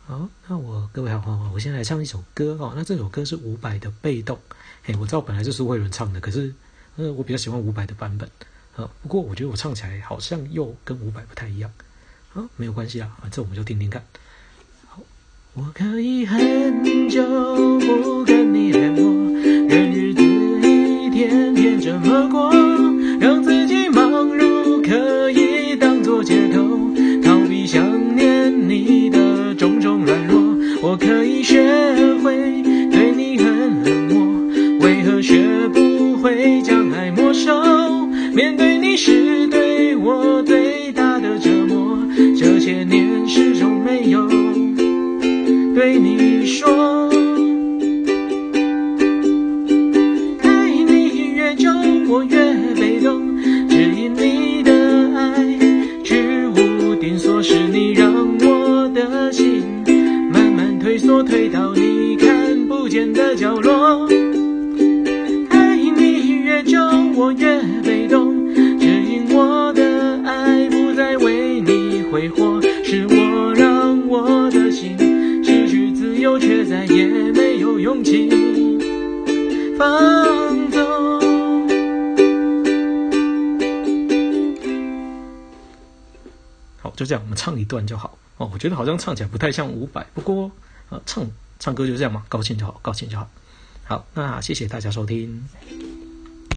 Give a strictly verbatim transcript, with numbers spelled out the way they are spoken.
好，那我各位好，我现在来唱一首歌哦。那这首歌是伍佰的《被动》。嘿，我知道本来是苏慧伦唱的，可是呃，我比较喜欢伍佰的版本。呃，不过我觉得我唱起来好像又跟伍佰不太一样。啊，没有关系啦，反正我们就听听看。好，我可以很久不跟你联络，任日子一天天这么过，让自己忙碌可以当作借口，逃避想念你的种种软弱。我可以学会对你很冷漠，为何学不会将爱没收？面对你是对我最大的折磨，这些年始终没有对你说。爱你越久我越被动，只因你的爱居无定所，是你让我的心慢慢退缩，退到你看不见的角落。爱你越久我越被动，只因我的爱不再为你挥霍，是我让我的心失去自由，却再也没有勇气放纵。好，就这样，我们唱一段就好哦。我觉得好像唱起来不太像伍佰，不过呃，唱唱歌就这样嘛，高兴就好，高兴就好。好，那谢谢大家收听。